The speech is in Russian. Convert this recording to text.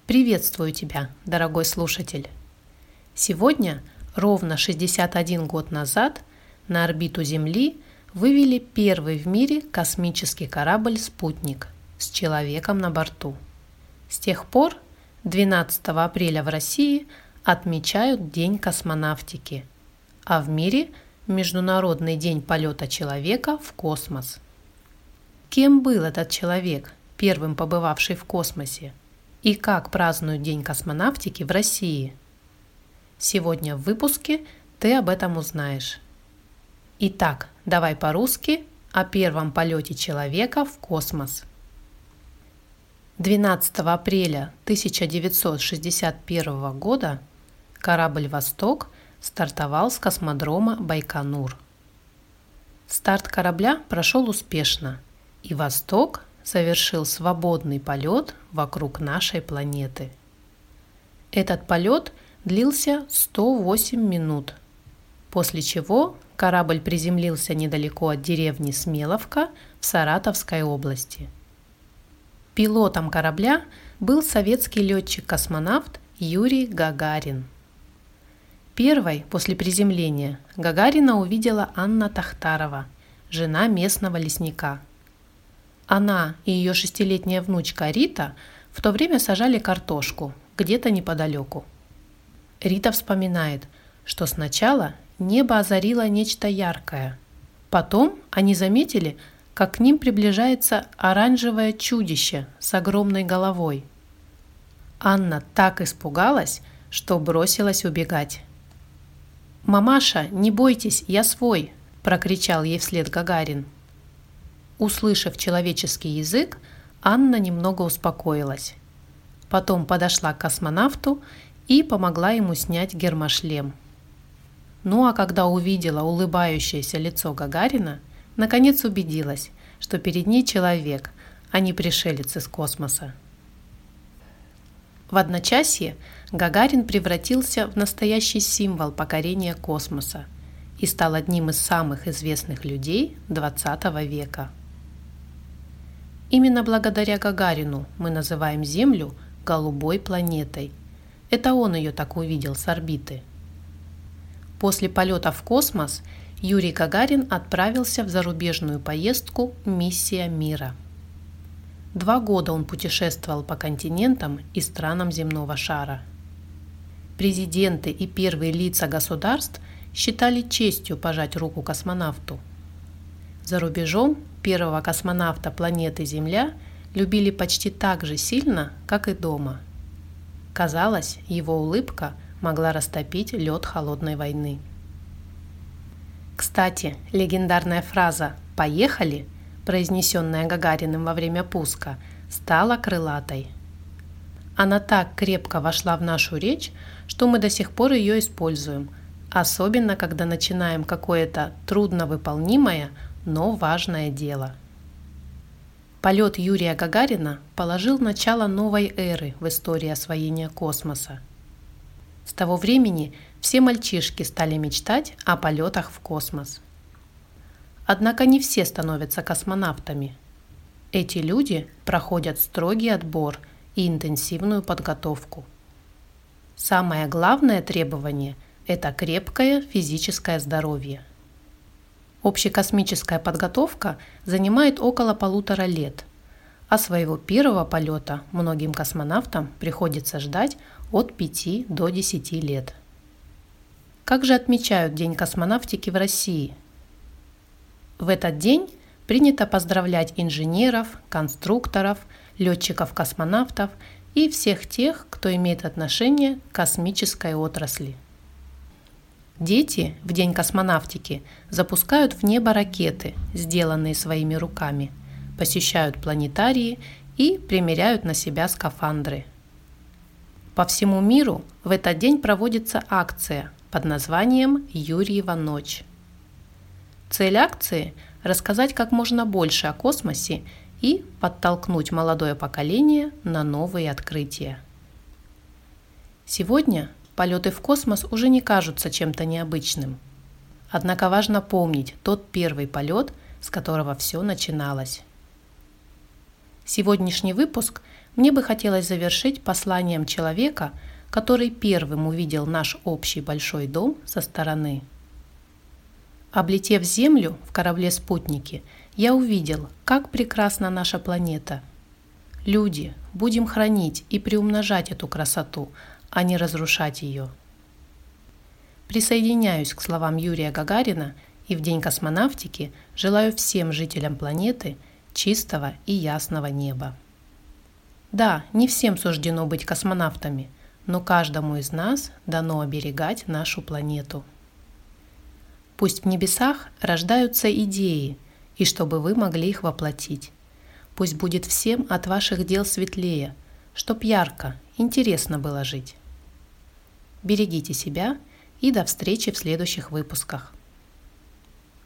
Приветствую тебя, дорогой слушатель! Сегодня, ровно 61 год назад, на орбиту Земли вывели первый в мире космический корабль «Спутник» с человеком на борту. С тех пор, 12 апреля в России отмечают День космонавтики, а в мире – Международный день полета человека в космос. Кем был этот человек, первым побывавший в космосе? И как празднуют День космонавтики в России? Сегодня в выпуске ты об этом узнаешь. Итак, давай по-русски о первом полете человека в космос. 12 апреля 1961 года корабль «Восток» стартовал с космодрома Байконур. Старт корабля прошел успешно, и «Восток» совершил свободный полет вокруг нашей планеты. Этот полет длился 108 минут, после чего корабль приземлился недалеко от деревни Смеловка в Саратовской области. Пилотом корабля был советский летчик-космонавт Юрий Гагарин. Первой после приземления Гагарина увидела Анна Тахтарова, жена местного лесника. Она и ее 6-летняя внучка Рита в то время сажали картошку где-то неподалеку. Рита вспоминает, что сначала небо озарило нечто яркое. Потом они заметили, как к ним приближается оранжевое чудище с огромной головой. Анна так испугалась, что бросилась убегать. «Мамаша, не бойтесь, я свой!» – прокричал ей вслед Гагарин. Услышав человеческий язык, Анна немного успокоилась. Потом подошла к космонавту и помогла ему снять гермошлем. Ну а когда увидела улыбающееся лицо Гагарина, наконец убедилась, что перед ней человек, а не пришелец из космоса. В одночасье Гагарин превратился в настоящий символ покорения космоса и стал одним из самых известных людей XX века. Именно благодаря Гагарину мы называем Землю голубой планетой. Это он ее так увидел с орбиты. После полета в космос Юрий Гагарин отправился в зарубежную поездку «Миссия мира». 2 года он путешествовал по континентам и странам земного шара. Президенты и первые лица государств считали честью пожать руку космонавту. За рубежом первого космонавта планеты Земля любили почти так же сильно, как и дома. Казалось, его улыбка могла растопить лед холодной войны. Кстати, легендарная фраза «Поехали», произнесенная Гагариным во время пуска, стала крылатой. Она так крепко вошла в нашу речь, что мы до сих пор ее используем, особенно когда начинаем какое-то трудновыполнимое, но важное дело. Полет Юрия Гагарина положил начало новой эры в истории освоения космоса. С того времени все мальчишки стали мечтать о полетах в космос. Однако не все становятся космонавтами. Эти люди проходят строгий отбор и интенсивную подготовку. Самое главное требование – это крепкое физическое здоровье. Общекосмическая подготовка занимает около 1,5 лет, а своего первого полета многим космонавтам приходится ждать от 5 до 10 лет. Как же отмечают День космонавтики в России? В этот день принято поздравлять инженеров, конструкторов, летчиков-космонавтов и всех тех, кто имеет отношение к космической отрасли. Дети в День космонавтики запускают в небо ракеты, сделанные своими руками, посещают планетарии и примеряют на себя скафандры. По всему миру в этот день проводится акция под названием «Юрьева ночь». Цель акции – рассказать как можно больше о космосе и подтолкнуть молодое поколение на новые открытия. Сегодня полеты в космос уже не кажутся чем-то необычным. Однако важно помнить тот первый полет, с которого все начиналось. Сегодняшний выпуск Мне бы хотелось завершить посланием человека, который первым увидел наш общий большой дом со стороны. Облетев Землю в корабле-спутнике, я увидел, как прекрасна наша планета. Люди, будем хранить и приумножать эту красоту, а не разрушать ее. Присоединяюсь к словам Юрия Гагарина и в День космонавтики желаю всем жителям планеты чистого и ясного неба. Да, не всем суждено быть космонавтами, но каждому из нас дано оберегать нашу планету. Пусть в небесах рождаются идеи, и чтобы вы могли их воплотить. Пусть будет всем от ваших дел светлее, чтоб ярко, интересно было жить. Берегите себя и до встречи в следующих выпусках.